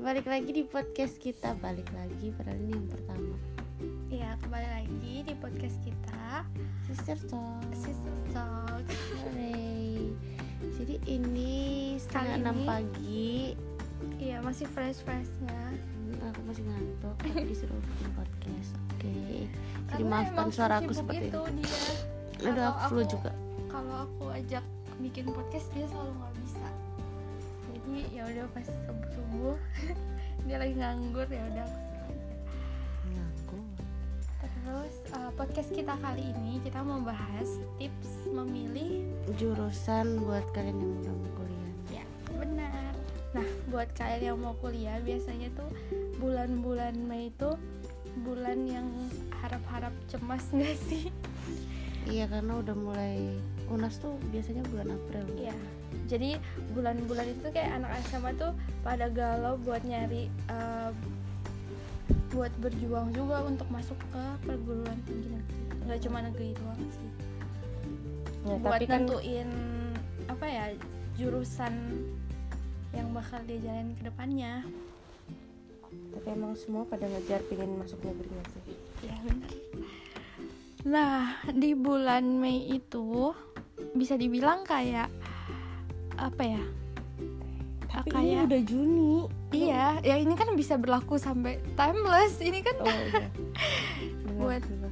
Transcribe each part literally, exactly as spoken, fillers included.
balik lagi di podcast kita. Balik lagi, padahal ini yang pertama. Iya, kembali lagi di podcast kita Sister Talk. Sister Talk. Hooray. Jadi ini setengah Kali enam ini- pagi. Iya, masih fresh-freshnya. Hmm, Aku masih ngantuk, tapi disuruh bikin podcast. Oke. Jadi Karena maafkan emang suara aku sesibuk seperti itu ini. dia. Ada Kalau flu aku- juga. Kalau aku ajak bikin podcast dia selalu nggak bisa. Jadi ya udah pas subuh-subuh dia lagi nganggur, ya udah aku suruh aja. Ngaku. Terus uh, podcast kita kali ini kita mau bahas tips memilih. Jurusan buat kalian yang udah mau kuliah. Ya, benar. Nah, buat kalian yang mau kuliah, biasanya tuh bulan-bulan Mei itu bulan yang harap-harap cemas nggak sih? Iya, karena udah mulai U N A S tuh biasanya bulan April. Iya. Jadi bulan-bulan itu kayak anak S M A tuh pada galau buat nyari uh, buat berjuang juga untuk masuk ke perguruan tinggi negeri. Nggak cuma negeri doang sih. Ya, buat tapi kan nentuin apa ya, jurusan yang bakal dia jalanin ke depannya. tapi emang semua pada ngejar pengen masuk negeri nggak sih? Ya benar. Nah, di bulan Mei itu bisa dibilang kayak apa ya? Tapi kayak ini udah Juni. iya, ya ini kan bisa berlaku sampai timeless. Ini kan Oh iya. Benar Buat- juga.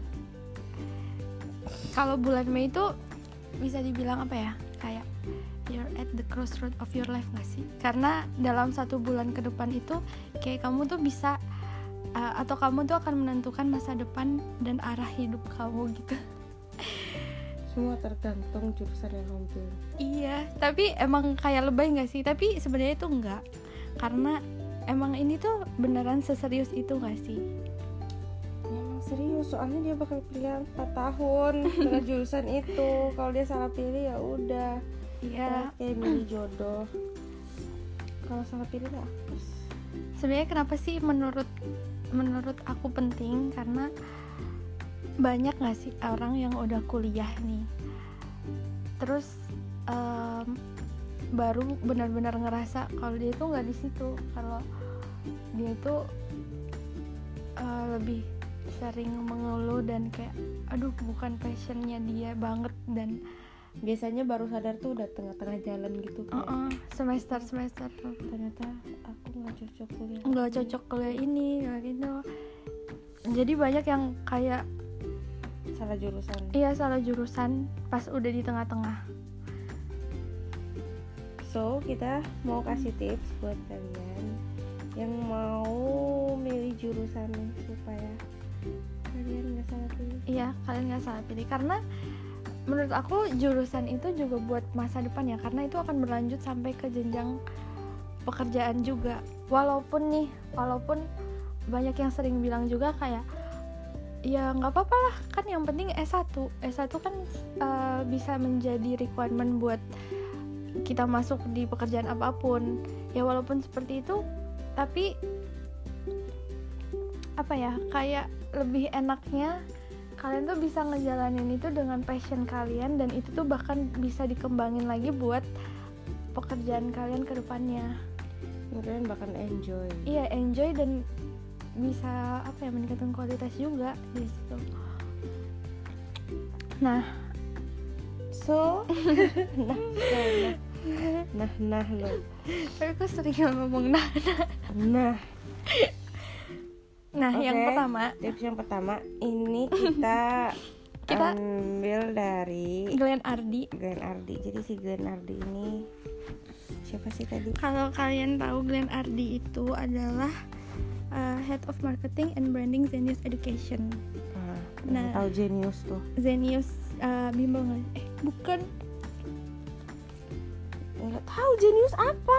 kalau bulan Mei itu bisa dibilang apa ya? Kayak you're at the crossroad of your life gak sih? Karena dalam satu bulan ke depan itu kayak kamu tuh bisa uh, atau kamu tuh akan menentukan masa depan dan arah hidup kamu gitu. Semua tergantung jurusan yang kamu pilih. Iya, tapi emang kayak lebay gak sih? Tapi sebenarnya itu enggak. Karena emang ini tuh beneran seserius itu gak sih? Ya, emang serius, soalnya dia bakal pilih empat tahun dengan jurusan itu. Kalau dia salah pilih ya udah. Iya. Kayak milih jodoh. Kalau salah pilih ya hapus. Sebenarnya kenapa sih menurut menurut aku penting? Karena banyak gak sih orang yang udah kuliah nih, terus um, baru benar-benar ngerasa kalau dia tuh nggak di situ, kalau dia tuh uh, lebih sering mengeluh dan kayak aduh bukan passionnya dia banget, dan Biasanya baru sadar tuh udah tengah-tengah jalan gitu. Kayak, uh-uh, semester semester tuh ternyata aku nggak cocok kuliah. nggak cocok kuliah ini kayak gitu. Jadi banyak yang kayak Salah jurusan. iya salah jurusan pas udah di tengah-tengah. So, kita mau kasih tips buat kalian yang mau milih jurusan supaya kalian nggak salah pilih. Iya, kalian nggak salah pilih, karena menurut aku jurusan itu juga buat masa depan ya, karena itu akan berlanjut sampai ke jenjang pekerjaan juga. Walaupun nih, walaupun banyak yang sering bilang juga kayak ya nggak apa-apa lah, kan yang penting S satu S satu kan uh, bisa menjadi requirement buat kita masuk di pekerjaan apapun. Ya walaupun seperti itu, tapi apa ya, kayak lebih enaknya kalian tuh bisa ngejalanin itu dengan passion kalian, dan itu tuh bahkan bisa dikembangin lagi buat pekerjaan kalian ke depannya. Kalian bakal enjoy. Iya, enjoy dan bisa apa ya, meningkatkan kualitas juga di situ. Nah, So, nah, nah, nah, nah, lo, tapi aku sering ngomong nah. nah. Nah, Oke, yang pertama, tips yang pertama ini kita Kita- ambil dari Glenn Ardi. Glenn Ardi. Jadi si Glenn Ardi ini siapa sih tadi? Kalau kalian tahu, Glenn Ardi itu adalah uh, Head of Marketing and Branding Zenius Education. Ah, Nah. tahu Genius tuh. Zenius uh, bimbel nggak? Eh, bukan. Nggak tahu Genius apa?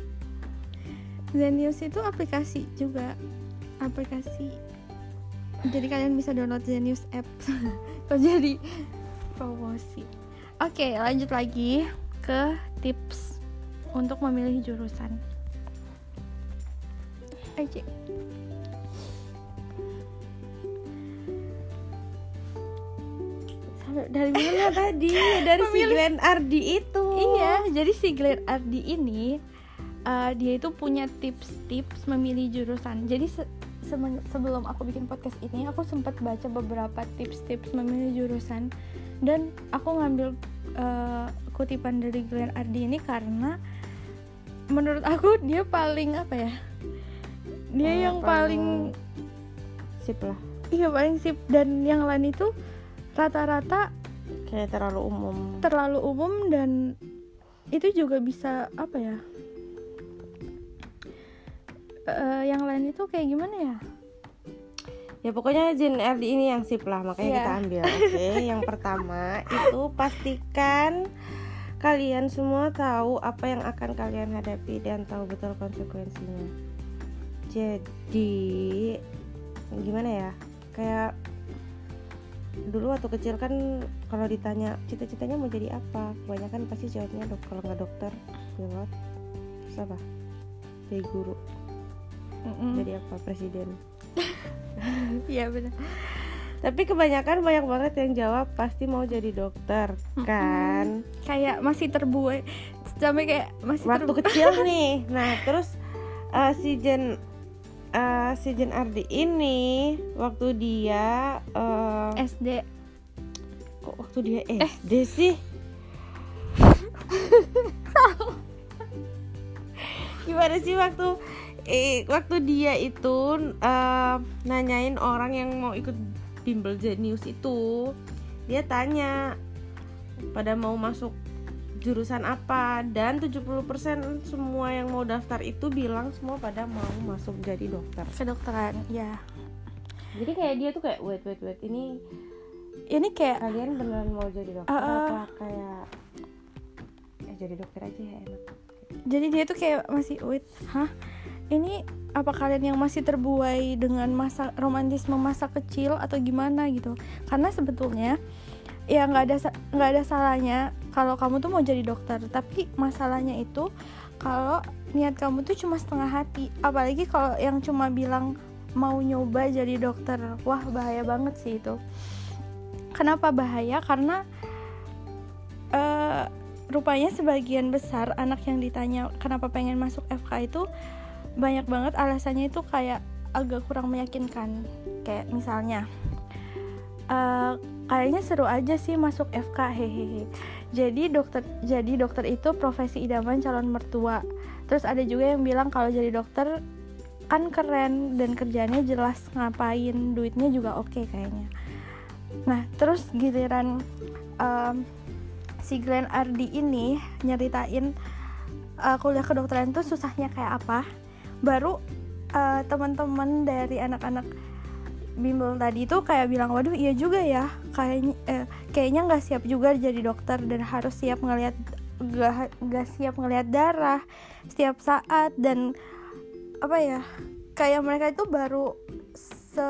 Zenius itu aplikasi juga. Aplikasi. Jadi kalian bisa download Zenius app. Kok jadi promosi. Oke, lanjut lagi ke tips untuk memilih jurusan. Aja. Sampai dari mana tadi? Dari si Memilih. Glenn Ardi itu. Iya, jadi si Glenn Ardi ini uh, dia itu punya tips-tips memilih jurusan. Jadi se- se- sebelum aku bikin podcast ini, aku sempat baca beberapa tips-tips memilih jurusan, dan aku ngambil uh, kutipan dari Glenn Ardi ini karena menurut aku dia paling apa ya? Dia oh, yang paling, paling sip lah. Iya, paling sip, dan yang lain itu rata-rata kayak terlalu umum. Terlalu umum dan itu juga bisa apa ya? Uh, yang lain itu kayak gimana ya? Ya pokoknya Glenn Ardi ini yang sip lah, makanya yeah. kita ambil. Oke, okay? Yang pertama itu pastikan kalian semua tahu apa yang akan kalian hadapi dan tahu betul konsekuensinya. Jadi gimana ya? Kayak dulu waktu kecil kan kalau ditanya cita-citanya mau jadi apa, kebanyakan pasti jawabnya dok, kalau nggak dokter, pilot, terus apa? Jadi guru. Mm-mm. Jadi apa? Presiden. Iya benar. Tapi kebanyakan banyak banget yang jawab pasti mau jadi dokter, kan? Mm-mm. Kayak masih terbuai sampai kayak masih waktu terbu- kecil nih. Nah, terus uh, si Jen uh, si Glenn Ardi ini waktu dia uh, S D. Kok waktu dia S D eh. sih? Gimana sih waktu eh, waktu dia itu uh, nanyain orang yang mau ikut bimbel Genius itu, dia tanya pada mau masuk jurusan apa, dan tujuh puluh persen semua yang mau daftar itu bilang semua pada mau masuk jadi dokter. Kedokteran, ya. Jadi kayak dia tuh kayak wait wait wait ini ini kayak kalian beneran mau jadi dokter uh, uh, apa kayak eh jadi dokter aja ya enak. Jadi dia tuh kayak masih wait, hah? Ini apa kalian yang masih terbuai dengan masa romantisme masa kecil atau gimana gitu? Karena sebetulnya ya nggak ada nggak ada salahnya kalau kamu tuh mau jadi dokter, tapi masalahnya itu kalau niat kamu tuh cuma setengah hati. Apalagi kalau yang cuma bilang mau nyoba jadi dokter, wah bahaya banget sih itu. Kenapa bahaya? Karena uh, rupanya sebagian besar anak yang ditanya kenapa pengen masuk F K itu banyak banget alasannya itu kayak agak kurang meyakinkan. Kayak misalnya uh, kayaknya seru aja sih masuk F K, hehehe. Jadi dokter jadi dokter itu profesi idaman calon mertua. Terus ada juga yang bilang kalau jadi dokter kan keren dan kerjanya jelas ngapain, duitnya juga oke kayaknya. Nah, terus giliran um, si Glenn Ardi ini nyeritain uh, kuliah kedokteran itu susahnya kayak apa, baru uh, teman-teman dari anak-anak bimbel tadi itu kayak bilang, waduh iya juga ya, kayaknya eh, kayaknya nggak siap juga jadi dokter dan harus siap ngelihat nggak nggak siap ngelihat darah setiap saat, dan apa ya, kayak mereka itu baru se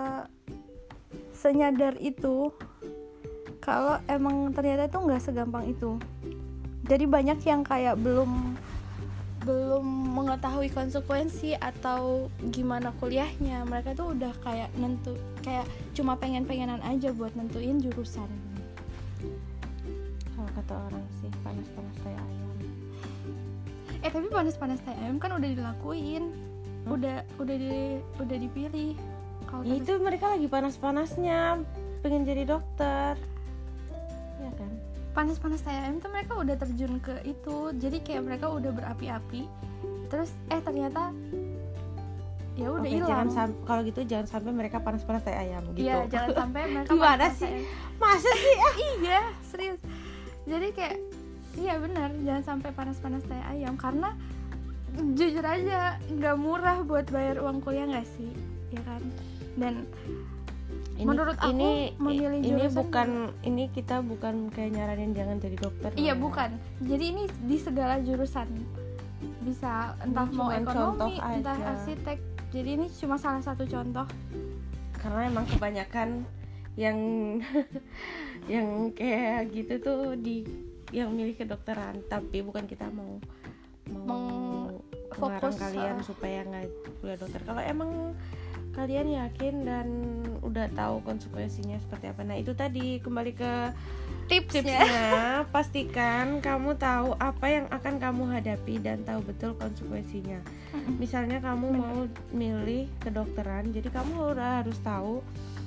senyadar itu kalau emang ternyata itu nggak segampang itu. Jadi banyak yang kayak belum belum mengetahui konsekuensi atau gimana kuliahnya, mereka tuh udah kayak nentu kayak cuma pengen-pengenan aja buat nentuin jurusan. Kalau kata orang sih panas-panas kayak ayam. Eh tapi panas-panas kayak ayam kan udah dilakuin, hmm? udah udah di udah dipilih. Kalau ya itu mereka lagi panas-panasnya pengen jadi dokter, ya kan? Panas-panas kayak ayam tuh mereka udah terjun ke itu, jadi kayak mereka udah berapi-api, terus eh ternyata ya udah hilang. Sam- kalau gitu jangan sampai mereka panas-panas kayak ayam gitu. Iya, jangan sampai mereka gimana sih? Masa sih? Ah? Iya, serius. Jadi kayak iya benar, jangan sampai panas-panas kayak ayam, karena jujur aja nggak murah buat bayar uang kuliah nggak sih, ya kan? Dan ini, menurut aku ini, memilih ini jurusan bukan juga. Ini kita bukan kayak nyaranin jangan jadi dokter. Iya ya. bukan. Jadi ini di segala jurusan bisa, entah ini mau ekonomi, entah aja. arsitek. Jadi ini cuma salah satu contoh. Karena emang kebanyakan yang yang kayak gitu tuh di yang milih kedokteran, tapi bukan kita mau mau Meng- melarang fokus kalian uh, supaya nggak kuliah dokter. Kalau emang kalian yakin dan udah tahu konsekuensinya seperti apa. Nah itu tadi kembali ke tipsnya. tipsnya pastikan kamu tahu apa yang akan kamu hadapi dan tahu betul konsekuensinya. Misalnya kamu mau milih kedokteran, jadi kamu udah harus tahu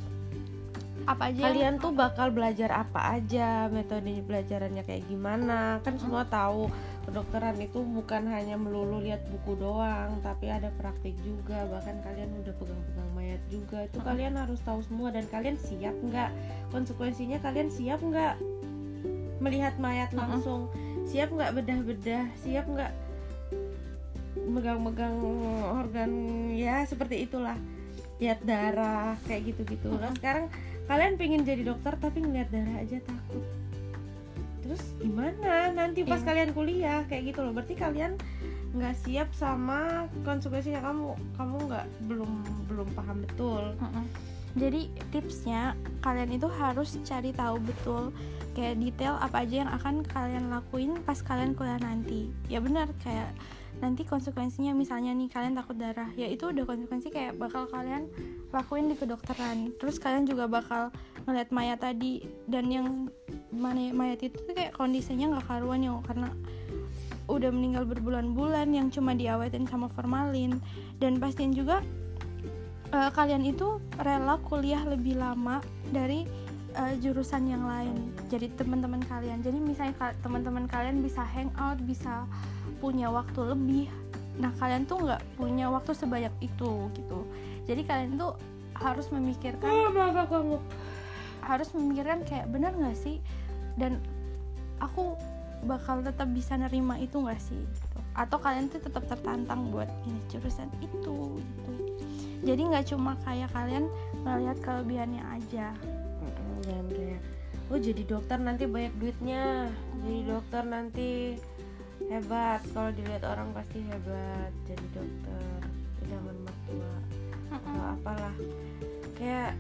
Apa aja kalian tuh bakal belajar apa aja, metode belajarannya kayak gimana. Kan semua tahu kedokteran itu bukan hanya melulu lihat buku doang, tapi ada praktik juga. Bahkan kalian udah pegang-pegang mayat juga. Itu kalian harus tahu semua. Dan kalian siap nggak? Konsekuensinya kalian siap nggak melihat mayat langsung? Siap nggak bedah-bedah? Siap nggak megang-megang organ, ya seperti itulah, lihat darah kayak gitu-gitu. Nah sekarang kalian pengen jadi dokter tapi ngeliat darah aja takut, terus gimana nanti pas Iya. kalian kuliah kayak gitu loh. Berarti kalian nggak siap sama konsekuensinya. Kamu kamu nggak belum belum paham betul. Mm-mm. Jadi tipsnya kalian itu harus cari tahu betul kayak detail apa aja yang akan kalian lakuin pas kalian kuliah nanti. Ya benar, kayak nanti konsekuensinya misalnya nih kalian takut darah, ya itu udah konsekuensi kayak bakal kalian lakuin di kedokteran. Terus kalian juga bakal ngeliat mayat tadi, dan yang mana mayat itu tuh kayak kondisinya nggak karuan ya, karena udah meninggal berbulan-bulan yang cuma diawetin sama formalin. Dan pastiin juga uh, kalian itu rela kuliah lebih lama dari uh, jurusan yang lain. Jadi teman-teman kalian, jadi misalnya ka- teman-teman kalian bisa hangout, bisa punya waktu lebih. Nah kalian tuh nggak punya waktu sebanyak itu gitu. Jadi kalian tuh harus memikirkan, Oh, maaf aku anggap. harus memikirkan kayak benar nggak sih, dan aku bakal tetap bisa nerima itu nggak sih gitu. Atau kalian tuh tetap tertantang buat ini jurusan itu gitu. Jadi nggak cuma kayak kalian ngelihat kelebihannya aja. Mm-mm, jangan kayak oh jadi dokter nanti banyak duitnya, jadi dokter nanti hebat, kalau dilihat orang pasti hebat jadi dokter, idaman mertua atau apalah. Kayak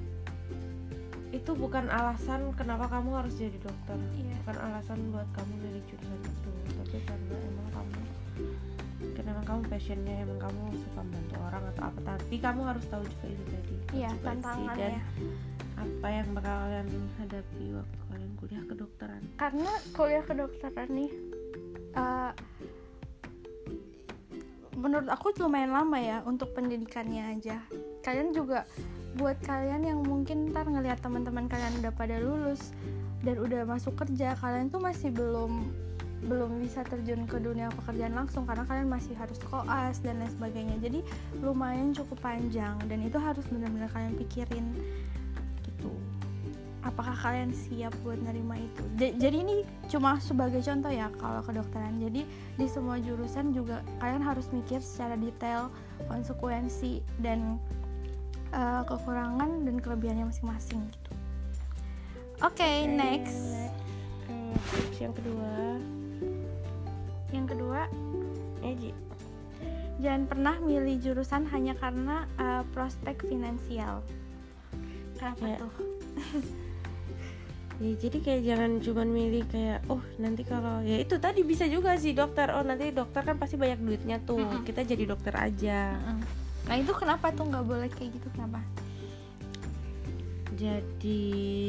itu bukan alasan kenapa kamu harus jadi dokter. Iya. Bukan alasan buat kamu milih jurusan itu, tapi karena emang kamu karena emang kamu passionnya, emang kamu suka membantu orang atau apa. Tapi kamu harus tahu juga itu tadi, Iya, konsekuensi tantangan dan ya. apa yang bakal kalian hadapi waktu kalian kuliah kedokteran. Karena kuliah kedokteran nih uh, menurut aku lumayan lama ya untuk pendidikannya aja. Kalian juga, buat kalian yang mungkin ntar ngelihat teman-teman kalian udah pada lulus dan udah masuk kerja, kalian tuh masih belum belum bisa terjun ke dunia pekerjaan langsung karena kalian masih harus koas dan lain sebagainya. Jadi lumayan cukup panjang dan itu harus benar-benar kalian pikirin gitu. Apakah kalian siap buat nerima itu? J- jadi ini cuma sebagai contoh ya kalau kedokteran. Jadi di semua jurusan juga kalian harus mikir secara detail konsekuensi dan uh, kekurangan dan kelebihannya masing-masing gitu. Oke, okay, next. Hmm, tips yang kedua. Yang kedua, Eji. jangan pernah milih jurusan hanya karena uh, prospek finansial. Kenapa Ya. tuh? Ya, jadi kayak jangan cuma milih kayak oh nanti kalau ya itu tadi bisa juga sih dokter, oh nanti dokter kan pasti banyak duitnya tuh, Mm-mm. kita jadi dokter aja. Mm-mm. Nah itu kenapa tuh nggak boleh kayak gitu, kenapa? Jadi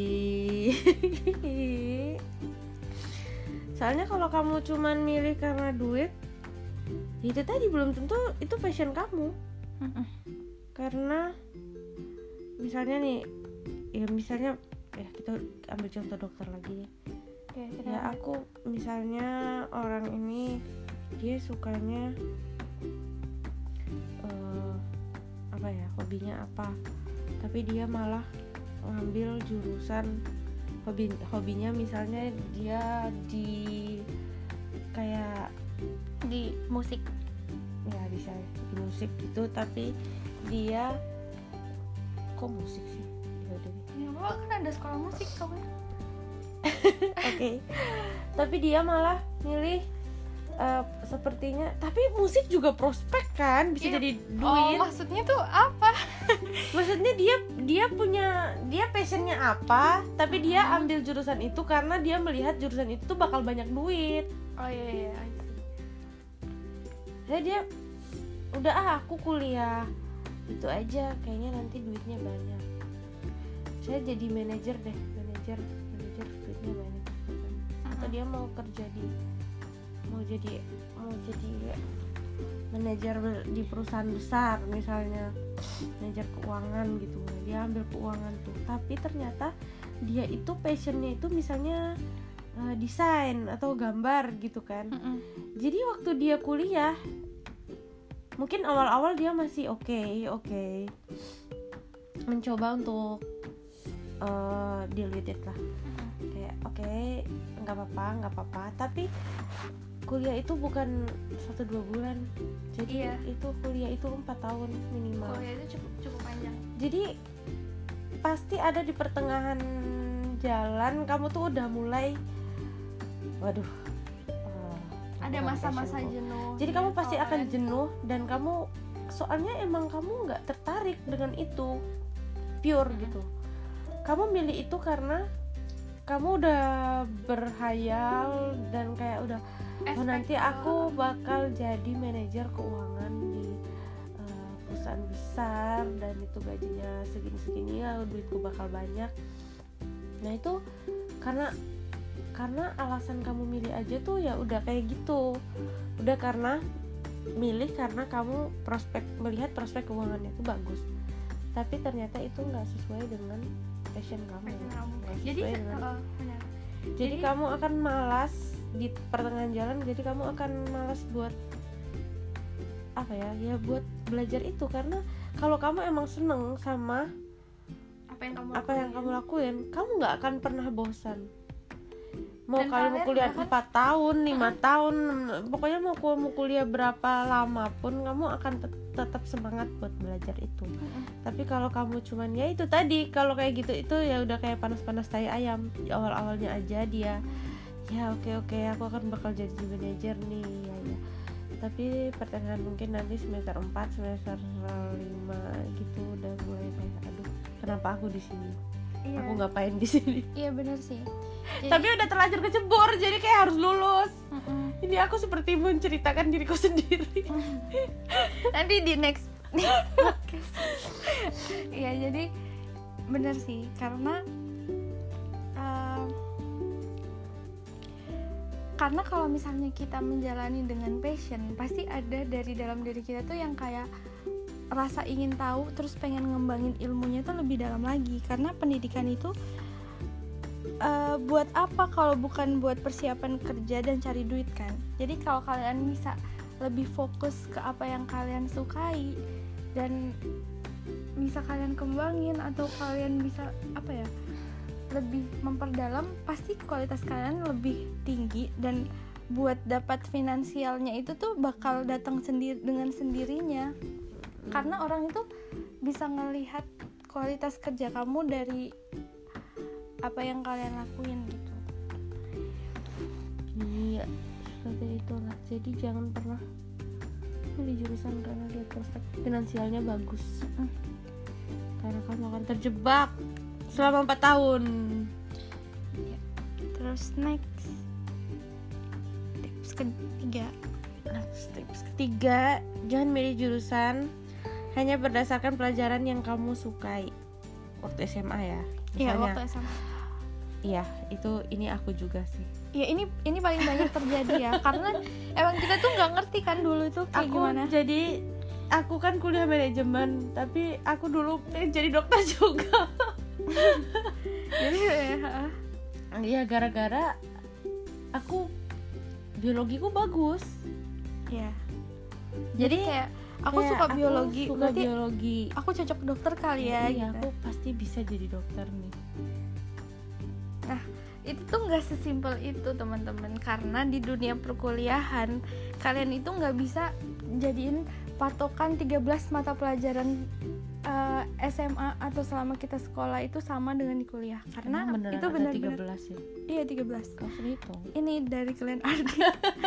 soalnya kalau kamu cuman milih karena duit, itu tadi belum tentu itu passion kamu. Mm-mm. Karena misalnya nih, ya misalnya ya kita ambil contoh dokter lagi deh. Ya, Ya aku misalnya orang ini dia sukanya uh, apa ya, hobinya apa, tapi dia malah ngambil jurusan hobi hobinya misalnya dia di kayak di musik. ya bisa di musik gitu, tapi dia kok musik sih ya udah deh. Ya apa, kan ada sekolah musik kamu. Oke, tapi dia malah milih uh, sepertinya, tapi musik juga prospek kan, bisa Iya. jadi Oh, duit. maksudnya tuh apa? Maksudnya dia dia punya dia passionnya apa, tapi dia ambil jurusan itu karena dia melihat jurusan itu tuh bakal banyak duit. Oh iya iya. Jadi dia udah ah aku kuliah itu aja kayaknya nanti duitnya banyak. Saya jadi manajer deh, manajer manajer duitnya banyak. Atau dia mau kerja di mau jadi mau jadi manajer di perusahaan besar misalnya, manajer keuangan gitu, dia ambil keuangan tuh, tapi ternyata dia itu passionnya itu misalnya uh, desain atau gambar gitu kan. Mm-mm. Jadi waktu dia kuliah mungkin awal-awal dia masih oke okay, oke okay. mencoba untuk uh, deal with it lah, kayak oke okay, nggak apa-apa nggak apa-apa, tapi kuliah itu bukan satu dua bulan, jadi iya. itu kuliah itu empat tahun minimal. Kuliah itu cukup cukup panjang. Jadi pasti ada di pertengahan jalan kamu tuh udah mulai, waduh, uh, Ada masa-masa jenuh. jadi kamu pasti kan? akan jenuh dan kamu soalnya emang kamu nggak tertarik dengan itu pure gitu. Kamu milih itu karena kamu udah berhayal dan kayak udah oh nanti aku bakal jadi manajer keuangan di uh, perusahaan besar dan itu gajinya segini-segini ya, duitku bakal banyak. Nah itu karena karena alasan kamu milih aja tuh ya udah kayak gitu, udah karena milih karena kamu prospek melihat prospek keuangannya itu bagus, tapi ternyata itu nggak sesuai dengan passion kamu, Passion kamu. nggak sesuai Jadi dengan, uh, benar. jadi, Jadi kamu akan malas di pertengahan jalan, jadi kamu akan malas buat apa ya ya buat belajar itu, karena kalau kamu emang seneng sama apa yang kamu apa yang kamu lakuin, kamu nggak akan pernah bosan. Mau Dan kalau mau kalian kuliah bahkan- empat tahun, lima tahun, pokoknya mau ku- mau kuliah berapa lama pun kamu akan tet- tetap semangat buat belajar itu. Tapi kalau kamu cuman ya itu tadi, kalau kayak gitu itu ya udah kayak panas-panas tai ayam. Di awal-awalnya aja dia ya oke oke aku akan bakal jadi manajer nih ya ya. Tapi pertengahan mungkin nanti semester empat, semester lima gitu udah mulai kayak aduh, kenapa aku di sini? Iya. Aku ngapain di sini? Iya benar sih. Jadi, Tapi udah terlanjur kecebur, jadi kayak harus lulus. Mm-mm. Ini aku seperti menceritakan diriku sendiri. nanti di next next podcast. Iya jadi benar sih, karena uh, karena kalau misalnya kita menjalani dengan passion, pasti ada dari dalam diri kita tuh yang kayak rasa ingin tahu, terus pengen ngembangin ilmunya tuh lebih dalam lagi. Karena pendidikan itu uh, buat apa kalau bukan buat persiapan kerja dan cari duit kan. Jadi kalau kalian bisa lebih fokus ke apa yang kalian sukai dan bisa kalian kembangin, atau kalian bisa apa ya lebih memperdalam, pasti kualitas kalian lebih tinggi dan buat dapat finansialnya itu tuh bakal datang sendiri dengan sendirinya. Karena orang itu bisa ngelihat kualitas kerja kamu dari apa yang kalian lakuin gitu. Iya, seperti itulah. Jadi jangan pernah pilih jurusan karena lihat prospek finansialnya bagus. Karena kamu akan terjebak selama empat tahun. Terus next tips ketiga. Next, tips ketiga, jangan milih jurusan hanya berdasarkan pelajaran yang kamu sukai waktu S M A ya. Iya, Misalnya, waktu S M A. iya itu ini aku juga sih. Ya ini ini paling banyak terjadi ya, karena emang kita tuh nggak ngerti kan dulu itu kayak Aku gimana. jadi aku kan kuliah manajemen, tapi aku dulu pengen jadi dokter juga. Jadi ya, Iya, gara-gara aku biologiku bagus. ya. Jadi, Jadi kayak aku kayak suka biologi, suka berarti biologi. aku cocok dokter kali ya, Iya, gitu. aku pasti bisa jadi dokter nih. Itu tuh nggak sesimpel itu teman-teman, karena di dunia perkuliahan kalian itu nggak bisa jadiin patokan tiga belas mata pelajaran uh, S M A atau selama kita sekolah itu sama dengan di kuliah, karena Emang beneran itu ada benar-benar tiga belas ya? iya tiga belas. Kau sudah hitung? Ini dari kalian Ardi.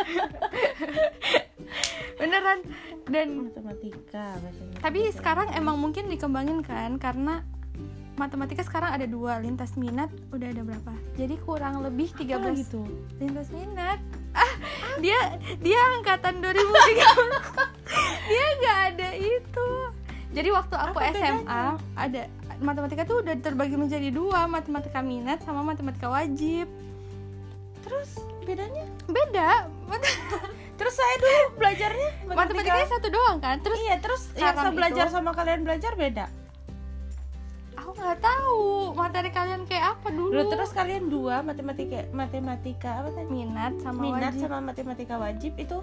Beneran. Dan Matematika bahasanya. tapi sekarang emang mungkin dikembangin kan, karena matematika sekarang ada dua, lintas minat udah ada berapa, jadi kurang lebih tiga belas gitu. lintas minat. Ah, dia dia angkatan dua ribu tiga belas. Dia nggak ada itu. Jadi waktu aku Apa S M A bedanya? ada matematika tuh udah terbagi menjadi dua, matematika minat sama matematika wajib. Terus bedanya? Beda. Terus saya dulu belajarnya Matematikanya satu doang kan? Terus iya, terus yang sekarang saya belajar itu- sama kalian belajar beda. aku nggak tahu materi kalian kayak apa dulu. Loh, terus kalian dua matematika matematika apa tadi? minat sama Minat wajib. sama matematika wajib itu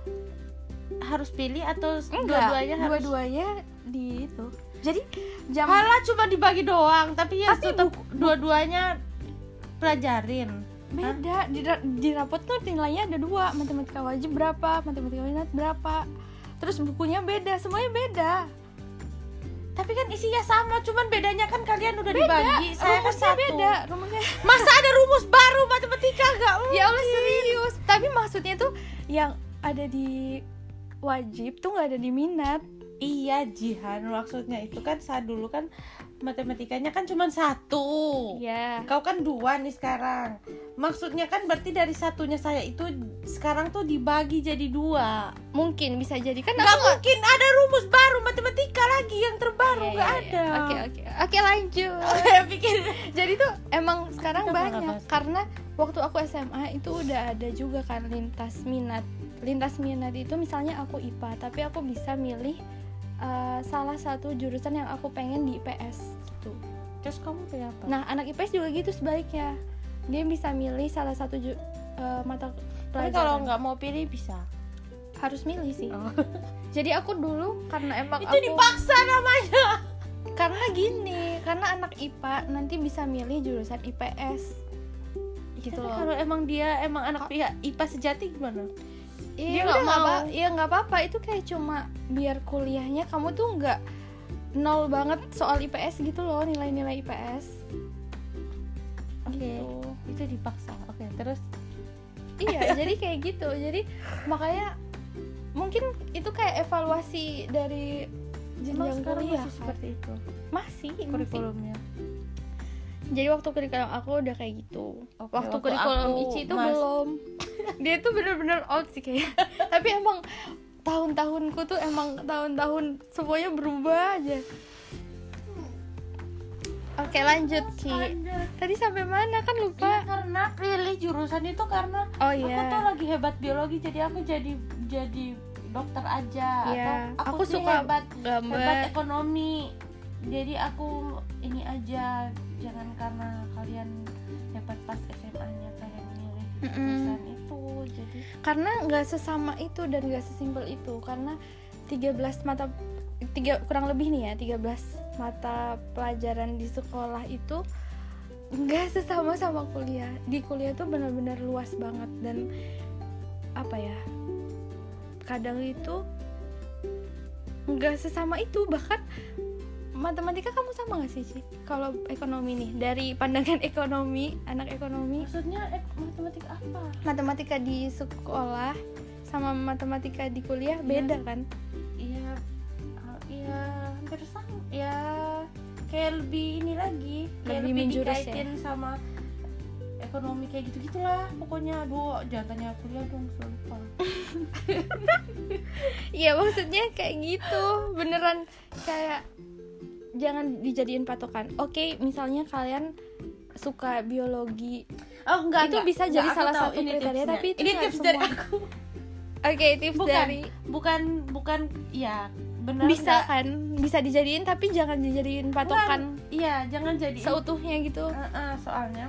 harus pilih atau Enggak, dua-duanya harus? dua-duanya di itu. Jadi jam Halah cuma dibagi doang, tapi ya Tapi tetap dua-duanya pelajarin. beda di, ra- di rapot tuh nilainya ada dua, matematika wajib berapa, matematika minat berapa, terus bukunya beda, semuanya beda. Tapi kan isinya sama, cuman bedanya kan kalian udah Beda, dibagi, saya kan rumusnya satu. beda, rumusnya. Masa ada rumus baru matematika enggak? Ya Allah serius. Tapi maksudnya tuh yang ada di wajib tuh nggak ada di minat. Iya Jihan, maksudnya itu kan saat dulu kan matematikanya kan cuma satu. Iya. Kau kan dua nih sekarang. Maksudnya kan berarti dari satunya saya itu sekarang tuh dibagi jadi dua. Mungkin bisa jadi kan Nggak mungkin ada rumus baru matematika lagi yang terbaru, Iya, nggak iya, iya. ada. Oke oke oke lanjut. Saya pikir Jadi tuh emang sekarang Kita bakal banyak bahas. karena waktu aku S M A itu udah ada juga kan lintas minat. Lintas minat itu misalnya aku I P A, tapi aku bisa milih uh, salah satu jurusan yang aku pengen di I P S gitu. terus kamu pilih apa? Nah, anak I P S juga gitu sebaliknya. Dia bisa milih salah satu ju- uh, mata Tapi pelajaran. kalau nggak mau pilih bisa. Harus milih sih. Oh. Jadi aku dulu karena emang Itu aku dipaksa namanya. karena gini, karena anak I P A nanti bisa milih jurusan I P S. Gitu Tapi loh. kalau emang dia emang anak pihak I P A sejati gimana? Dia Iya nggak udah mau. apa, iya nggak apa-apa, itu kayak cuma biar kuliahnya kamu tuh nggak nol banget soal I P S gitu loh, nilai-nilai I P S. Oke. Gitu. Itu dipaksa. Oke, terus Iya, jadi kayak gitu. Jadi makanya mungkin itu kayak evaluasi dari emang jenjang sekarang kuliah masih kan? seperti itu Masih, masih. kurikulumnya. Jadi waktu kurikulum aku udah kayak gitu. Oke, waktu waktu kurikulum aku Ici itu mas- belum. Dia tuh bener-bener old sih kayaknya. Tapi emang tahun-tahunku tuh emang tahun-tahun semuanya berubah aja. Oke lanjut Ki. Tadi sampai mana kan Iya, lupa. karena pilih jurusan itu karena Oh aku iya. tuh lagi hebat biologi, jadi aku jadi jadi dokter aja. Iya, Atau aku, aku sih suka hebat gambar. hebat ekonomi, jadi aku ini aja. Jangan karena kalian hebat pas S M A-nya kalian milih Mm-mm. jurusan itu. Jadi Karena nggak sesama itu dan nggak sesimpel itu. Karena tiga belas mata tiga kurang lebih nih ya tiga belas mata pelajaran di sekolah itu nggak sesama sama kuliah. Di kuliah tuh benar-benar luas banget dan apa ya, kadang itu nggak sesama itu. Bahkan matematika kamu sama nggak sih Ci? Kalau ekonomi nih, dari pandangan ekonomi, anak ekonomi, maksudnya eh, matematika apa? matematika di sekolah sama matematika di kuliah beda kan? Iya, uh, iya hampir sama. Ya kayak lebih ini lagi, kayak Lebih lebih, menjurus dikaitin sama ekonomi kayak gitu gitulah. Pokoknya aduh jangannya kuliah dong, saya lupa. Iya maksudnya kayak gitu, beneran kayak jangan dijadiin patokan. Oke, misalnya kalian suka biologi, Oh enggak, itu enggak. bisa Enggak, jadi aku salah tahu satu ini kriteria, tipsnya. tapi itu ini nggak tips dari semua. aku. Oke, tips Bukan, dari bukan bukan ya benar bisa enggak? kan, bisa dijadiin tapi jangan dijadiin patokan Iya, jangan jadi seutuhnya gitu. Uh-uh, soalnya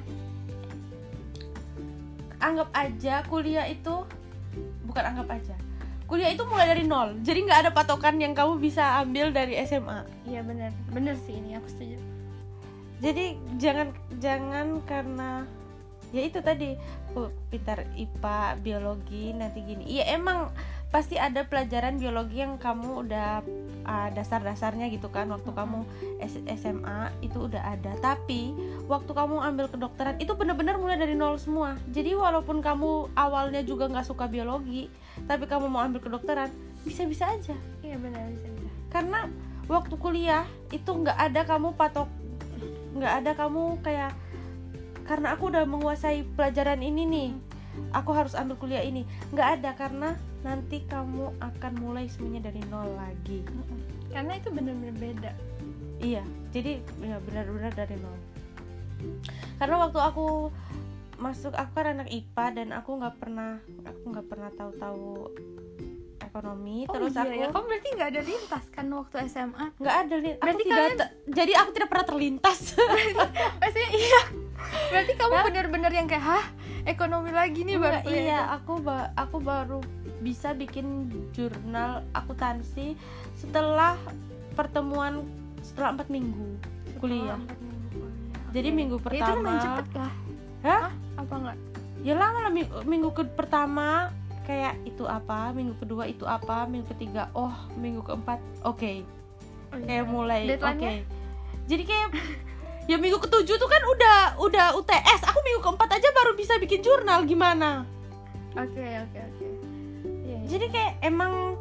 anggap aja kuliah itu bukan anggap aja kuliah itu mulai dari nol, jadi nggak ada patokan yang kamu bisa ambil dari S M A. Iya bener, bener sih ini aku setuju. Jadi jangan jangan karena ya itu tadi oh, pintar I P A, biologi nanti gini. Iya emang pasti ada pelajaran biologi yang kamu udah uh, dasar-dasarnya gitu kan waktu kamu S- SMA itu udah ada. Tapi waktu kamu ambil kedokteran itu benar-benar mulai dari nol semua. Jadi walaupun kamu awalnya juga nggak suka biologi, tapi kamu mau ambil kedokteran bisa-bisa aja. Iya benar, bisa bisa. Karena waktu kuliah itu nggak ada kamu patok, nggak ada kamu kayak karena aku udah menguasai pelajaran ini nih, aku harus ambil kuliah ini. Nggak ada, karena nanti kamu akan mulai semuanya dari nol lagi. karena itu benar-benar beda. Iya, jadi ya benar-benar dari nol. Karena waktu aku masuk, aku kan anak I P A dan aku nggak pernah aku nggak pernah tahu-tahu ekonomi. Oh, Terus iya, aku ya. Kamu berarti nggak ada lintas kan waktu S M A? nggak ada lin- aku Berarti tidak kalian- te- jadi aku tidak pernah terlintas. Maksudnya iya. Berarti kamu benar-benar yang kayak hah ekonomi lagi nih baru Enggak, kuliah iya, itu. aku ba- aku baru bisa bikin jurnal akuntansi setelah pertemuan setelah empat minggu kuliah. Oh, empat minggu kuliah. Jadi Oke. minggu Ya, itu pertama. lumayan cepet lah. Hah? Apa enggak? Ya lama lah, minggu, minggu ke pertama kayak itu apa, minggu kedua itu apa, minggu ketiga oh, minggu keempat oke. Oh, iya. Kayak mulai oke. Deadline-nya? Jadi kayak ya minggu ketujuh tuh kan udah udah U T S. Aku minggu keempat aja baru bisa bikin jurnal, gimana? Oke, oke, oke. Iya, iya. Jadi kayak emang,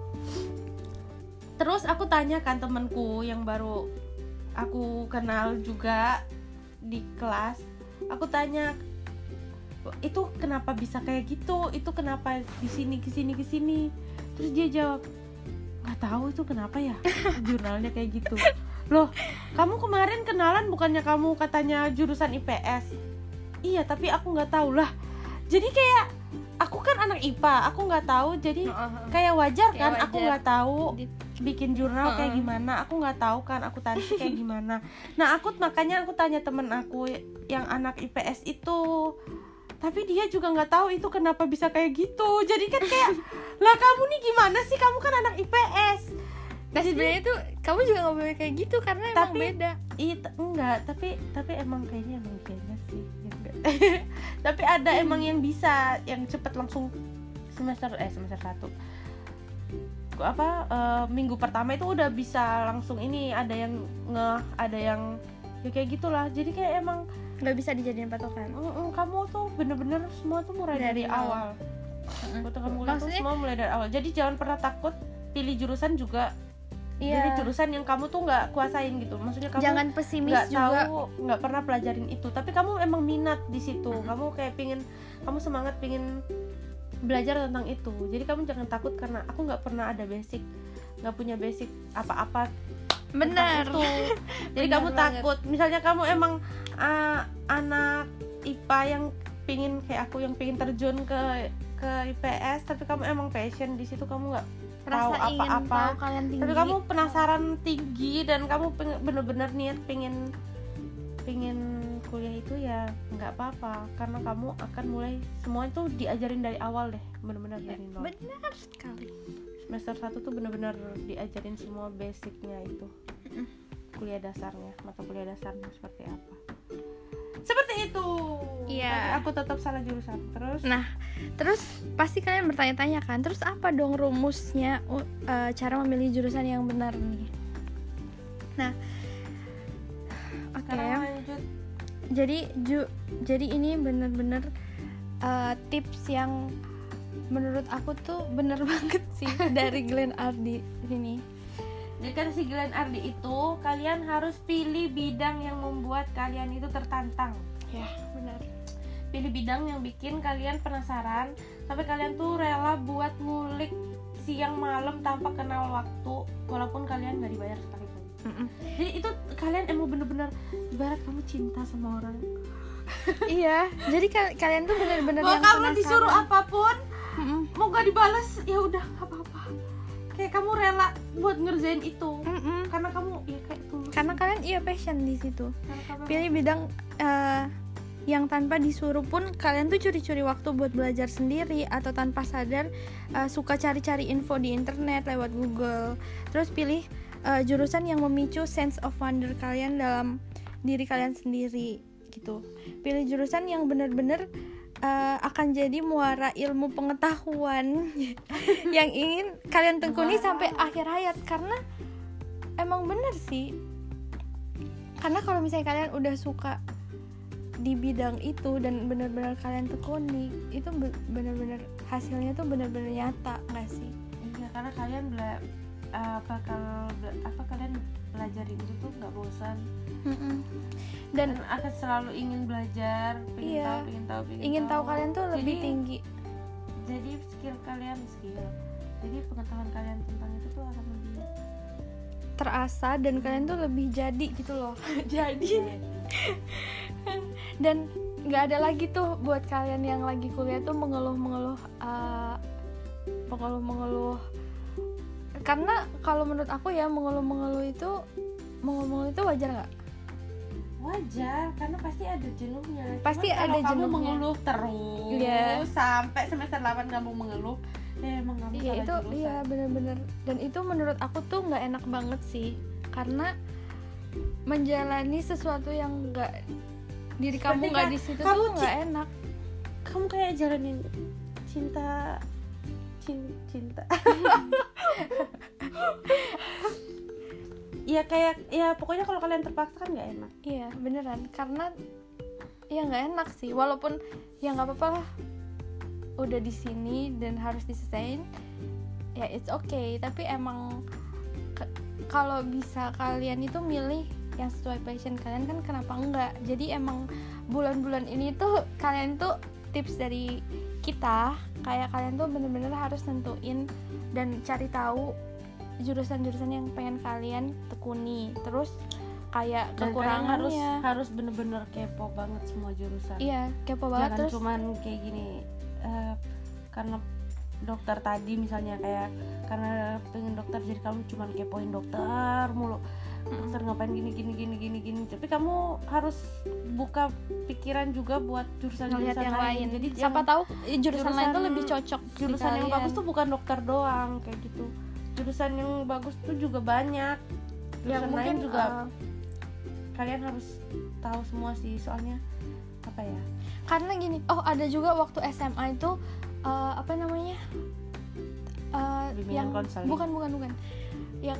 terus aku tanya kan temanku yang baru aku kenal juga di kelas, aku tanya itu kenapa bisa kayak gitu, itu kenapa di sini ke sini ke sini. Terus dia jawab, nggak tahu itu kenapa ya jurnalnya kayak gitu. Loh, kamu kemarin kenalan bukannya kamu katanya jurusan I P S? Iya, tapi aku nggak tahu lah. Jadi kayak aku kan anak I P A, aku nggak tahu, jadi kayak wajar Kayak kan wajar. aku nggak tahu Di- bikin jurnal kayak Uh-uh. gimana, aku nggak tahu kan akuntansi kayak gimana. Nah aku makanya aku tanya temen aku yang anak I P S itu, tapi dia juga nggak tahu itu kenapa bisa kayak gitu. Jadi kan kayak lah kamu nih gimana sih, kamu kan anak I P S. Nah sebenarnya tuh kamu juga nggak boleh kayak gitu karena emang Tapi- beda. Iya t- enggak, tapi tapi emang kayaknya emang kayaknya sih ya enggak. Tapi ada emang yang bisa yang cepet langsung semester eh semester satu apa eh, minggu pertama itu udah bisa langsung ini, ada yang nge ada yang ya kayak gitulah. Jadi kayak emang Nggak bisa dijadiin patokan. mm, mm, kamu tuh bener-bener semua tuh mulai dari, Dari nol. awal. Waktu kamu kuliah tuh Maksudnya- semua mulai dari awal. Jadi jangan pernah takut pilih jurusan juga. Iya. Jadi jurusan yang kamu tuh nggak kuasain gitu. Maksudnya kamu Jangan pesimis nggak juga. tahu, nggak pernah pelajarin itu, tapi kamu emang minat di situ. Mm-hmm. Kamu kayak pingin, kamu semangat pingin belajar tentang itu. Jadi kamu jangan takut karena aku nggak pernah ada basic, nggak punya basic apa-apa Benar. tentang itu. Jadi Benar kamu banget. takut, misalnya kamu emang uh, anak I P A yang pingin kayak aku yang pingin terjun ke ke I P S, tapi kamu emang passion di situ, kamu nggak tahu Rasa ingin apa-apa. tahu kalian tinggi. Tapi kamu penasaran tinggi dan kamu peng- bener-bener niat pengen pengen kuliah itu, ya nggak apa-apa karena kamu akan mulai semua itu diajarin dari awal deh, bener-bener Ya, dari nol. benar sekali. Semester satu tuh bener-bener diajarin semua basicnya itu, kuliah dasarnya, mata kuliah dasarnya seperti apa. Seperti itu. Iya. Tapi aku tetap salah jurusan terus. Nah, terus pasti kalian bertanya-tanya kan, terus apa dong rumusnya uh, uh, cara memilih jurusan yang benar nih? Nah, oke. Sekarang lanjut. Jadi ju, jadi ini bener-bener uh, tips yang menurut aku tuh bener banget sih dari Glenn Ardi ini. Jadi kan si Glenn Ardi itu, kalian harus pilih bidang yang membuat kalian itu tertantang. Ya, benar. Pilih bidang yang bikin kalian penasaran sampai kalian tuh rela buat ngulik siang malam tanpa kenal waktu, walaupun kalian nggak dibayar sekalipun. Mm-mm. Jadi itu kalian emang bener-bener ibarat kamu cinta sama orang. Iya, jadi ka- kalian tuh bener-bener Mau yang kamu penasaran. disuruh apapun, Mm-mm. mau gak dibalas ya udah nggak apa-apa. Kayak kamu rela buat ngerjain itu Mm-mm. karena kamu ya kayak tulus. Karena kalian iya passion di situ. Karena kamu- Pilih bidang uh, yang tanpa disuruh pun kalian tuh curi-curi waktu buat belajar sendiri atau tanpa sadar uh, suka cari-cari info di internet lewat Google. Terus pilih uh, jurusan yang memicu sense of wonder kalian dalam diri kalian sendiri gitu. Pilih jurusan yang benar-benar uh, akan jadi muara ilmu pengetahuan yang ingin kalian tekuni Muara. sampai akhir hayat, karena emang bener sih. Karena kalau misalnya kalian udah suka di bidang itu dan benar-benar kalian tekuni, itu be- benar-benar hasilnya tuh benar-benar nyata, nggak sih? Iya, karena kalian bela uh, bakal bela- apa kalian belajarin itu tuh nggak bosan Dan dan akan selalu ingin belajar, pengen Iya. tahu, pengen tahu, pengen ingin tahu kalian tuh lebih Jadi- tinggi. Jadi skill kalian skill, jadi pengetahuan kalian tentang itu tuh akan lebih terasa dan kalian tuh lebih jadi gitu loh. Jadi dan nggak ada lagi tuh buat kalian yang lagi kuliah tuh mengeluh-mengeluh uh, mengeluh-mengeluh karena kalau menurut aku ya mengeluh-mengeluh itu mengeluh-mengeluh itu wajar nggak? Wajar, karena pasti ada jenuhnya. Pasti Cuman ada kalau kamu jenuhnya. mengeluh terus Iya. sampai semester delapan kamu mengeluh, ya emang kamu Iya salah itu jurusan. iya benar-benar, dan itu menurut aku tuh nggak enak banget sih, karena menjalani sesuatu yang nggak diri kamu Seperti nggak kan di situ kamu tuh ci- nggak enak. Kamu kayak jalanin cinta cin- cinta ya kayak ya pokoknya kalau kalian terpaksa kan nggak enak. Iya beneran, karena ya nggak enak sih, walaupun ya nggak apa-apa lah, udah di sini dan harus diselesain, ya it's okay. Tapi emang ke- kalau bisa kalian itu milih yang sesuai passion kalian kan kenapa enggak. Jadi emang bulan-bulan ini tuh kalian tuh tips dari kita, kayak kalian tuh bener-bener harus nentuin dan cari tahu jurusan-jurusan yang pengen kalian tekuni, terus kayak Dan kalian harus kekurangannya. harus bener-bener kepo banget semua jurusan. Iya, kepo banget. Jangan Terus cuman kayak gini eh, karena dokter tadi misalnya, kayak karena pengen dokter jadi kamu cuman kepoin dokter mulu, dokter ngapain gini gini gini gini gini tapi kamu harus buka pikiran juga buat ngelihat jurusan-jurusan yang lain. Jadi Siapa yang tahu eh, jurusan, lain tuh jurusan- lebih cocok di jurusan yang kalian. bagus tuh bukan dokter doang kayak gitu. Jurusan yang bagus tuh juga banyak. yang Jurusan mungkin lain juga eh, kalian harus tahu semua sih, soalnya apa ya? karena gini, oh ada juga waktu S M A itu eh, apa namanya? Eh, Bimbingan yang konseling. bukan bukan bukan. Yang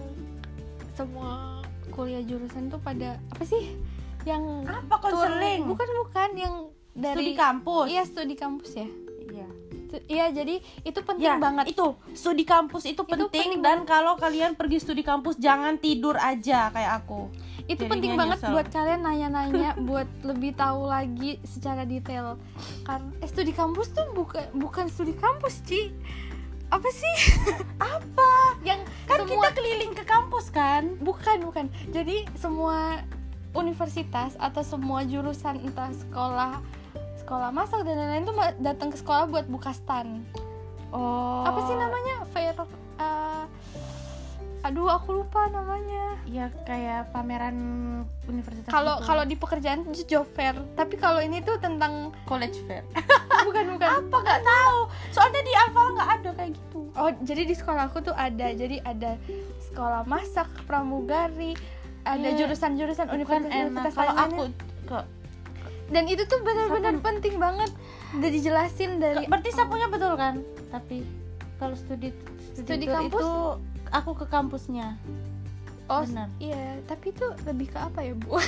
semua kuliah jurusan tuh pada apa sih? Yang Apa konseling? tur- bukan bukan yang dari Studi kampus. Iya, studi kampus ya. Iya. Stu- Iya, jadi itu penting Ya, banget. itu studi kampus itu penting, penting dan kalau kalian pergi studi kampus jangan tidur aja kayak aku. Itu Jadinya penting banget nyesel. buat kalian nanya-nanya buat lebih tahu lagi secara detail. Karena eh, studi kampus tuh bukan bukan studi kampus, Ci. Apa sih? Apa? Yang Kan semua kita keliling ke kampus kan? bukan bukan. Jadi semua universitas atau semua jurusan, entah sekolah sekolah masak dan lain-lain tuh ma- datang ke sekolah buat buka stand. Oh. Apa sih namanya? Fair eh, aduh aku lupa namanya. Ya kayak pameran universitas. Kalau gitu. kalau di pekerjaan itu job fair, tapi kalau ini tuh tentang college fair. bukan bukan. Apa nggak tahu? Soalnya di Alfa nggak ada kayak gitu. Oh, jadi di sekolah aku tuh ada. Jadi ada sekolah masak, pramugari, ada Eh, jurusan-jurusan Bukan universitas-universitas enak. Kalau lain-lainnya. aku ke Dan itu tuh benar-benar Sapu- penting banget. Udah dijelasin dari berarti sapunya betul kan? Tapi kalau studi studi, Studi tour kampus? itu aku ke kampusnya. Oh, benar. iya, tapi itu lebih ke apa ya, Bu?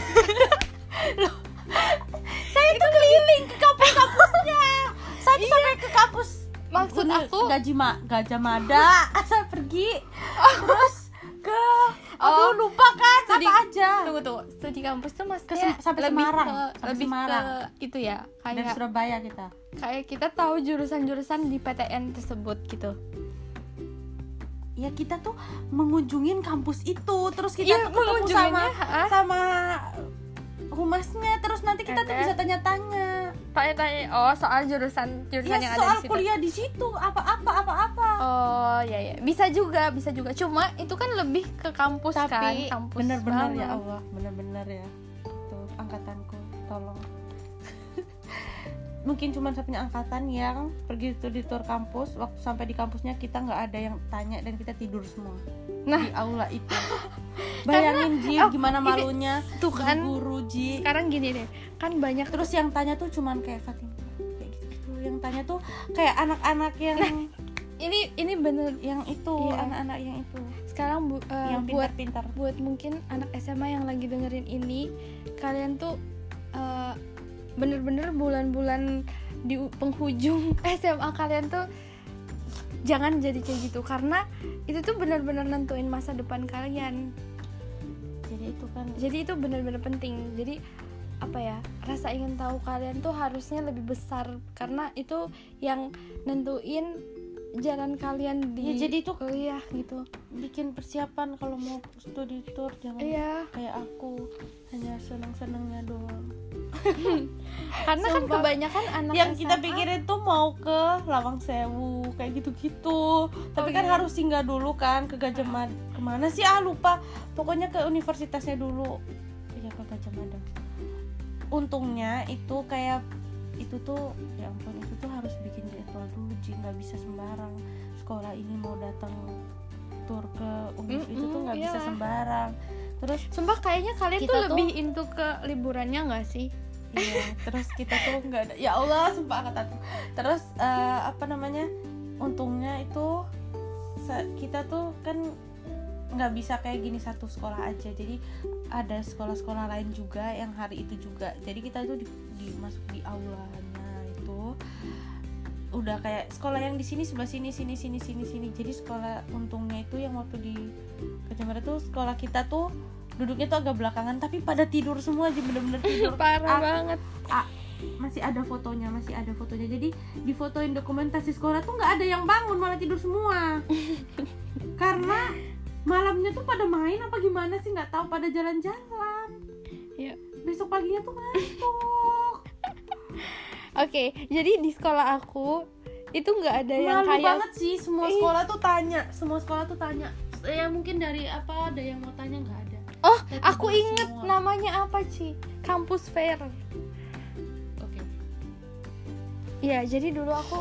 Saya tuh keliling ke kampus-kampusnya. Saya tuh sampai ke kampus. Maksud Bener, aku Gaji Ma, Gajah Mada. Saya pergi terus ke Oh, aduh lupa kan studi- apa aja. tunggu tuh, studi kampus tuh maksudnya Ke Sem- sampai lebih Semarang, ke, sampai lebih Semarang. ke itu ya, Dari kayak Surabaya kita. kayak kita tahu jurusan-jurusan di P T N tersebut gitu. Ya kita tuh mengunjungin kampus itu, terus kita Iya, tuh ketemu sama mengunjunginya, ah. sama humasnya, terus nanti kita tuh Oke. bisa tanya-tanya. Tanya-tanya, oh soal jurusan jurusan Ya yang ada soal di situ. kuliah di situ apa-apa apa-apa. Oh ya ya, bisa juga, bisa juga. Cuma itu kan lebih ke kampus kan, Tapi kampus bener-bener banget. ya Allah, bener-bener ya. Itu angkatanku, tolong. Mungkin cuma satunya angkatan yang pergi studi tour kampus, waktu sampai di kampusnya kita nggak ada yang tanya dan kita tidur semua Nah. di aula itu. Bayangin Ji, oh, gimana ini- malunya tuh kan. guru Ji. Sekarang gini deh, kan banyak Terus yang tanya tuh cuman kayak Fatimah kayak gitu, yang tanya tuh kayak anak-anak yang ini ini bener yang itu, Iya. anak-anak yang itu, sekarang bu, eh, yang buat pintar-pintar. buat mungkin anak S M A yang lagi dengerin ini, kalian tuh eh, bener-bener bulan-bulan di u- penghujung S M A kalian tuh jangan jadi kayak gitu, karena itu tuh bener-bener nentuin masa depan kalian. Jadi itu kan Jadi itu benar-benar penting. Jadi apa ya, rasa ingin tahu kalian tuh harusnya lebih besar, karena itu yang nentuin jalan kalian di Ya, jadi itu kuliah gitu. bikin persiapan kalau mau studi tour, jangan Iya. kayak aku hanya seneng-senengnya doang. Karena kan Sumpah. kebanyakan anak Yang S M A kita pikirin tuh mau ke Lawang Sewu kayak gitu-gitu, tapi Oh, kan iya. harus singgah dulu kan ke Gajah Mada. Kemana sih ah lupa, pokoknya ke universitasnya dulu. Iya, ke Gajah Mada. Untungnya itu kayak itu tuh ya ampun, itu tuh harus bikin jadwal dulu, Ji, nggak bisa sembarang. Sekolah ini mau datang tur ke univ itu tuh nggak Mm-mm, bisa iyalah. sembarang. Terus Sumpah kayaknya kalian Kita tuh tuh- lebih into ke liburannya nggak sih? iya, terus kita tuh nggak ada, ya Allah sumpah angkat aku. Terus eh, apa namanya, untungnya itu se- kita tuh kan nggak bisa kayak gini satu sekolah aja, jadi ada sekolah-sekolah lain juga yang hari itu juga, jadi kita tuh di, di masuk di aulanya itu udah kayak sekolah yang di sini sebelah sini sini sini sini sini. Jadi sekolah, untungnya itu yang waktu di Gajah Mada tuh sekolah kita tuh duduknya tuh agak belakangan, tapi pada tidur semua aja, bener-bener tidur. Parah Ah, banget. ah, masih ada fotonya, masih ada fotonya. Jadi difotoin dokumentasi sekolah tuh nggak ada yang bangun, malah tidur semua. Karena malamnya tuh pada main apa gimana sih, nggak tahu, pada jalan-jalan. Iya. Besok paginya tuh ngantuk. Oke, jadi di sekolah aku itu nggak ada yang Malu kayak banget sih, semua Ih. sekolah tuh tanya, semua sekolah tuh tanya. Ya mungkin dari apa ada yang mau tanya, nggak ada. Oh, Saya aku tidur inget semua. namanya apa, Ci? Campus Fair. Oke. Iya, jadi dulu aku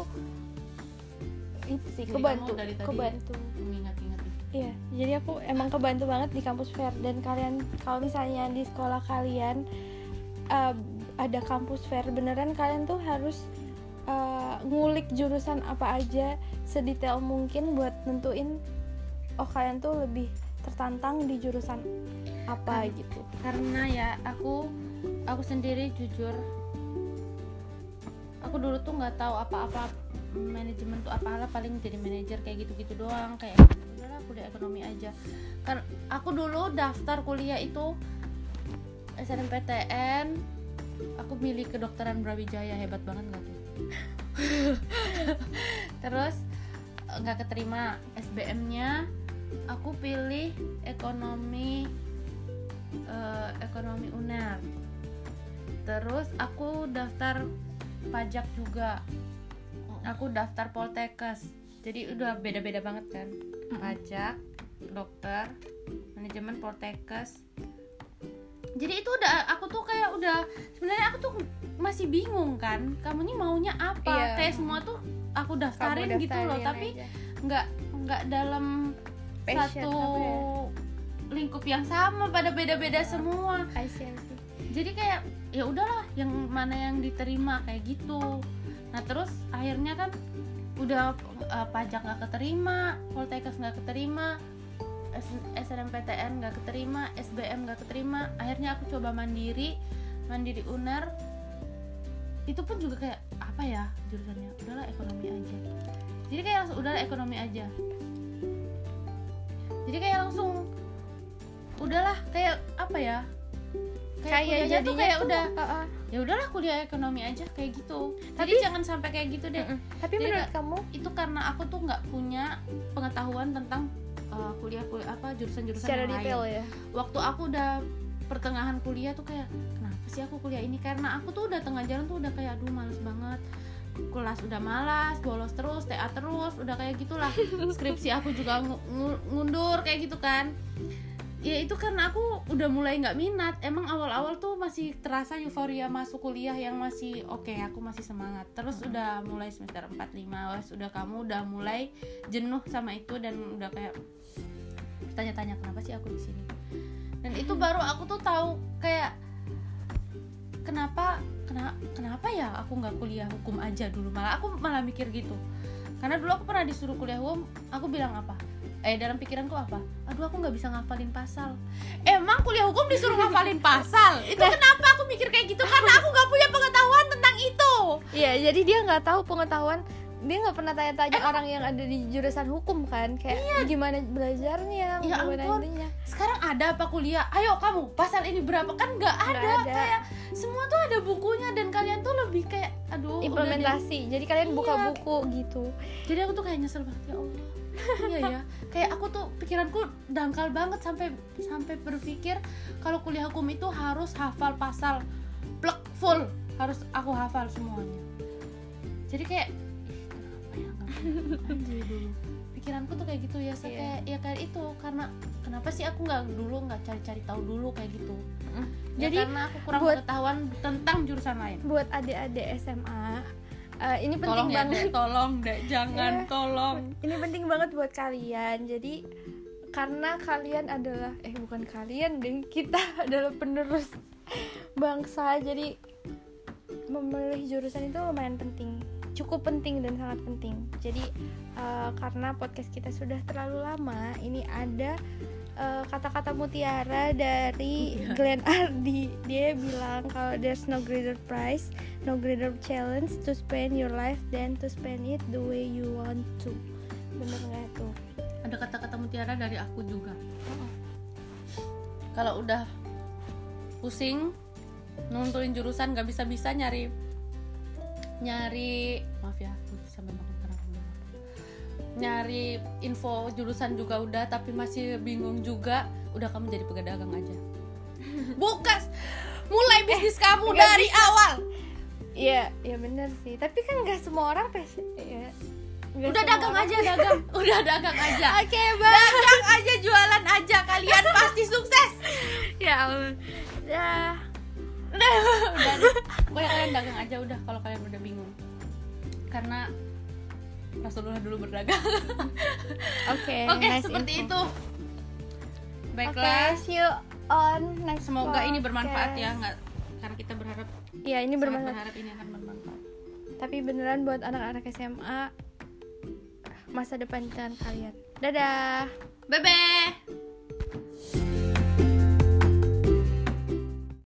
itu sih Jadi kebantu, kamu dari tadi kebantu. Mengingat-ingat itu. Iya, jadi aku emang kebantu banget di kampus fair. Dan kalian kalau misalnya di sekolah kalian uh, ada kampus fair, beneran kalian tuh harus uh, ngulik jurusan apa aja sedetail mungkin buat nentuin oh kalian tuh lebih tertantang di jurusan apa gitu. Karena ya aku aku sendiri jujur, aku dulu tuh nggak tahu apa-apa manajemen tuh apa-apa, paling jadi manajer kayak gitu-gitu doang, kayak udahlah kuliah ekonomi aja. Kan aku dulu daftar kuliah itu S N M P T N, aku milih kedokteran Brawijaya, hebat banget nggak tuh? Terus nggak keterima S B M-nya, aku pilih ekonomi uh, ekonomi U N E R. Terus aku daftar pajak juga, aku daftar Poltekkes. Jadi udah beda-beda banget kan, pajak, dokter, manajemen, Poltekkes. Jadi itu udah, aku tuh kayak udah, sebenarnya aku tuh masih bingung kan, kamu nih maunya apa? Iya. Kayak semua tuh aku daftarin, Kamu gitu loh, daftarin tapi aja. nggak nggak dalam Passion, satu apa ya? lingkup yang sama, pada beda-beda semua. I see, I see. Jadi kayak ya udahlah, yang mana yang diterima kayak gitu. Nah terus akhirnya kan udah uh, pajak nggak keterima, Poltekkes nggak keterima, S N M P T N nggak keterima, S B M nggak keterima. Akhirnya aku coba mandiri, mandiri U N E R. Itu pun juga kayak apa ya jurusannya? Udahlah ekonomi aja. Jadi kayak langsung udahlah ekonomi aja. Jadi kayak langsung udahlah kayak apa ya? Kayak kuliahnya tuh jadinya kayak tuh, udah uh, uh. ya udahlah kuliah ekonomi aja kayak gitu. Jadi Tapi- jangan sampai kayak gitu deh. Mm-mm. Tapi Jadi menurut nggak- kamu Itu karena aku tuh nggak punya pengetahuan tentang uh, kuliah-kuliah apa jurusan-jurusan secara yang detail lain. ya? Waktu aku udah pertengahan kuliah tuh kayak kenapa sih aku kuliah ini, karena aku tuh udah tengah jalan tuh udah kayak aduh males banget, kelas udah malas, bolos terus, T A terus, udah kayak gitulah. Skripsi aku juga ngu- ngu- ngundur kayak gitu kan. Ya itu karena aku udah mulai nggak minat. Emang awal-awal tuh masih terasa euforia masuk kuliah yang masih oke, okay, aku masih semangat. Terus udah mulai semester empat lima, wes udah kamu udah mulai jenuh sama itu dan udah kayak tanya-tanya kenapa sih aku di sini. Dan itu baru aku tuh tahu kayak kenapa kenapa kenapa ya aku nggak kuliah hukum aja dulu. Malah aku malah mikir gitu. Karena dulu aku pernah disuruh kuliah hukum, aku bilang apa? Eh dalam pikiranku apa? Aduh aku nggak bisa ngafalin pasal. Emang kuliah hukum disuruh ngafalin pasal? Itu kenapa aku mikir kayak gitu? Karena aku nggak punya pengetahuan tentang itu. Iya, jadi dia nggak tahu pengetahuan dia nggak pernah tanya-tanya eh, orang yang ada di jurusan hukum kan, kayak iya. gimana belajarnya, ya gimana ampun. intinya. Sekarang ada apa kuliah? Ayo kamu pasal ini berapa? Kan nggak ada. ada. Kayak semua tuh ada bukunya dan kalian tuh lebih kayak aduh implementasi. Jadi kalian buka iya. buku gitu. Jadi aku tuh kayak nyesel banget ya Allah. Iya ya. Kayak aku tuh pikiranku dangkal banget sampai sampai berpikir kalau kuliah hukum itu harus hafal pasal plek full, harus aku hafal semuanya. Jadi kayak anjir dulu pikiranku tuh kayak gitu ya, yeah. kayak ya kayak itu karena kenapa sih aku nggak dulu nggak cari-cari tahu dulu kayak gitu. Mm. Ya jadi karena aku kurang buat, pengetahuan tentang jurusan lain. Buat adik-adik S M A uh, ini penting tolong banget. Ya, dek, tolong deh jangan yeah. tolong. Ini penting banget buat kalian. Jadi karena kalian adalah eh bukan kalian deh kita adalah penerus bangsa. Jadi memilih jurusan itu lumayan penting. Cukup penting dan sangat penting. Jadi uh, karena podcast kita sudah terlalu lama, ini ada uh, kata-kata mutiara dari yeah. Glenn Ardi. Dia bilang kalau there's no greater prize, no greater challenge to spend your life than to spend it the way you want to. Bener nggak tuh? Ada kata-kata mutiara dari aku juga. Oh. Kalau udah pusing nentuin jurusan, nggak bisa-bisa nyari nyari maaf ya aku sampai makan karena aku nyari info jurusan juga udah tapi masih bingung juga, udah kamu jadi pedagang aja. Bukas mulai bisnis eh, kamu dari bisa. Awal. Iya, ya benar sih. Tapi kan nggak semua orang passion. Ya, udah dagang orang. aja, dagang. Udah dagang aja. Oke, okay, bye. Dagang aja, jualan aja, kalian pasti sukses. Ya Allah. Dah. Udah, udah. Pokoknya kalian dagang aja udah kalau kalian udah bingung. Karena Rasulullah dulu berdagang. Oke. Okay, Oke, okay, nice seperti info. Itu. Baiklah. Okay, see you on next Semoga podcast. Ini bermanfaat ya, nggak karena kita berharap. Iya, ini bermanfaat. Berharap ini akan bermanfaat. Tapi beneran buat anak-anak S M A, masa depan kalian. Dadah. Bye bye.